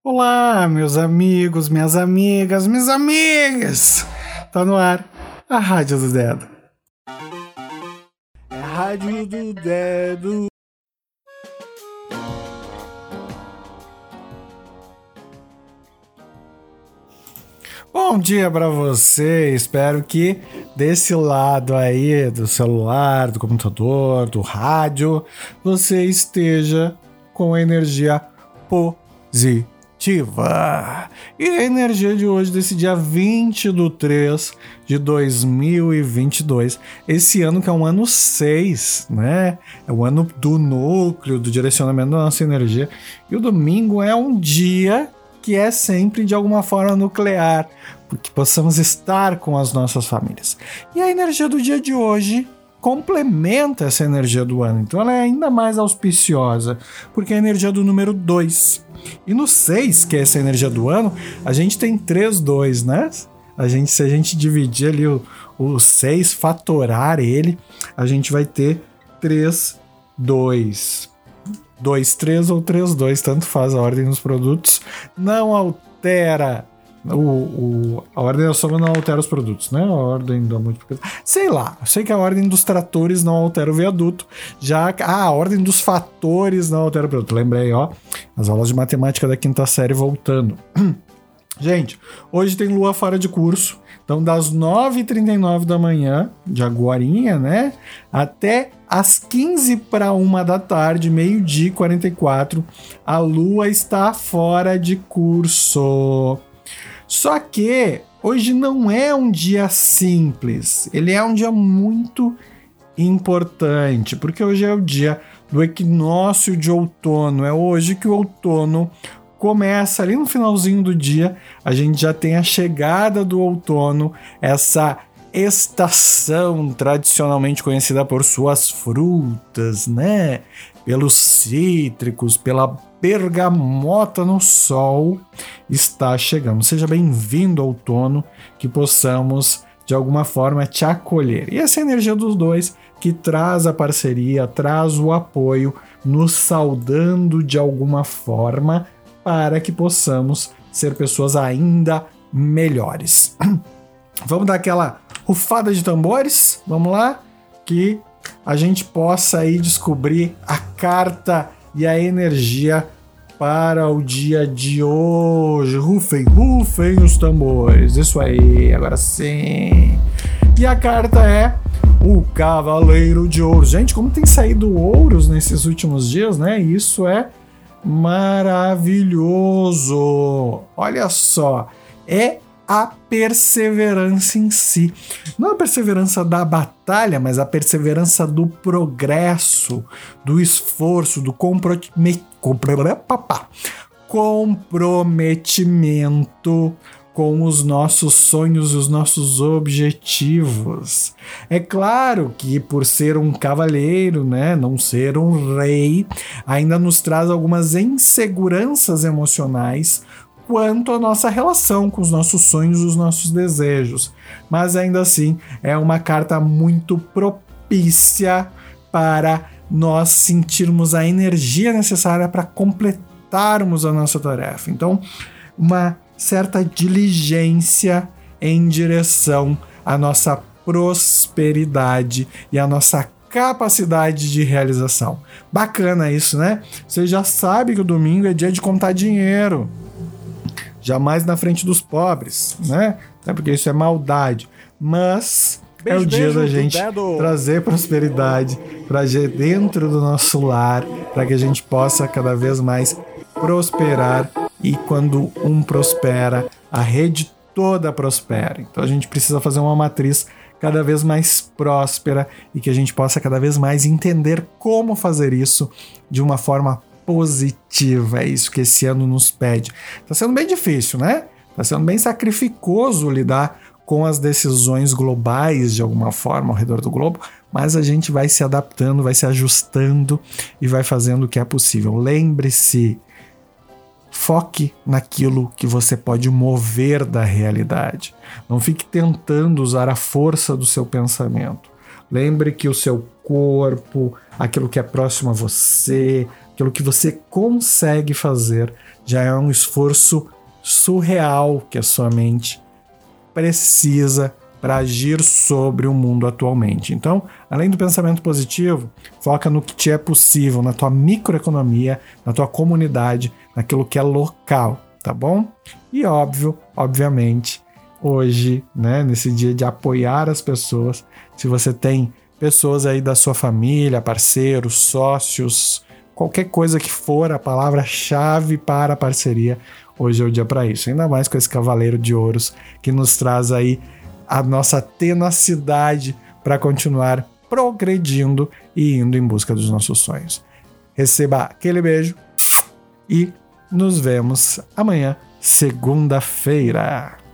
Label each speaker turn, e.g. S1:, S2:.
S1: Olá, meus amigos, minhas amigas, minhas amigas! Tá no ar a Rádio do Dedo.
S2: É a Rádio do Dedo.
S1: Bom dia pra você, espero que desse lado aí do celular, do computador, do rádio, você esteja com a energia positiva. E a energia de hoje, desse dia 20/3 de 2022, esse ano que é um ano 6, né? É o ano do núcleo, do direcionamento da nossa energia. E o domingo é um dia que é sempre de alguma forma nuclear, porque possamos estar com as nossas famílias. E a energia do dia de hoje complementa essa energia do ano, então ela é ainda mais auspiciosa, porque é a energia do número 2. E no 6, que é essa energia do ano, a gente tem 3 2, né? Se a gente dividir ali o 6, fatorar ele, a gente vai ter 3 2. 2 3 ou 3 2, tanto faz a ordem dos produtos, não altera a ordem da soma, não altera os produtos, né? A ordem da multiplicação, sei lá, eu sei que a ordem dos tratores não altera o viaduto, já a ordem dos fatores não altera o produto. Lembrei, ó, as aulas de matemática da quinta série voltando. Gente, hoje tem lua fora de curso, então das 9h39 da manhã, de agorinha, né, até às 1:45 da tarde, meio-dia e 44, a lua está fora de curso. Só que hoje não é um dia simples, ele é um dia muito importante, porque hoje é o dia do equinócio de outono, é hoje que o outono começa. Ali no finalzinho do dia, a gente já tem a chegada do outono, essa estação tradicionalmente conhecida por suas frutas, né? Pelos cítricos, pela bergamota no sol, está chegando. Seja bem-vindo, outono, que possamos de alguma forma te acolher. E essa energia dos dois que traz a parceria, traz o apoio, nos saudando de alguma forma, para que possamos ser pessoas ainda melhores. Vamos dar aquela rufada de tambores? Vamos lá? Que a gente possa aí descobrir a carta e a energia para o dia de hoje. Rufem, rufem os tambores. Isso aí, agora sim. E a carta é o Cavaleiro de Ouros. Gente, como tem saído ouros nesses últimos dias, né? Isso é maravilhoso. Olha só, é a perseverança em si. Não a perseverança da batalha, mas a perseverança do progresso, do esforço, do comprometimento com os nossos sonhos e os nossos objetivos. É claro que por ser um cavaleiro, né, não ser um rei, ainda nos traz algumas inseguranças emocionais quanto à nossa relação com os nossos sonhos e os nossos desejos. Mas ainda assim, é uma carta muito propícia para nós sentirmos a energia necessária para completarmos a nossa tarefa. Então, uma certa diligência em direção à nossa prosperidade e à nossa capacidade de realização. Bacana isso, né? Você já sabe que o domingo é dia de contar dinheiro. Jamais na frente dos pobres, né? Até porque isso é maldade. Mas é o dia da gente trazer prosperidade para dentro do nosso lar, para que a gente possa cada vez mais prosperar. E quando um prospera, a rede toda prospera. Então a gente precisa fazer uma matriz cada vez mais próspera e que a gente possa cada vez mais entender como fazer isso de uma forma positiva. É isso que esse ano nos pede. Tá sendo bem difícil, né? Tá sendo bem sacrificoso lidar com as decisões globais de alguma forma ao redor do globo, mas a gente vai se adaptando, vai se ajustando e vai fazendo o que é possível. Lembre-se, foque naquilo que você pode mover da realidade. Não fique tentando usar a força do seu pensamento. Lembre que o seu corpo, aquilo que é próximo a você, aquilo que você consegue fazer, já é um esforço surreal que a sua mente precisa para agir sobre o mundo atualmente. Então, além do pensamento positivo, foca no que te é possível, na tua microeconomia, na tua comunidade, naquilo que é local, tá bom? E obviamente, hoje, né, nesse dia de apoiar as pessoas, se você tem pessoas aí da sua família, parceiros, sócios, qualquer coisa que for a palavra-chave para a parceria, hoje é o dia para isso. Ainda mais com esse Cavaleiro de Ouros que nos traz aí a nossa tenacidade para continuar progredindo e indo em busca dos nossos sonhos. Receba aquele beijo e nos vemos amanhã, segunda-feira.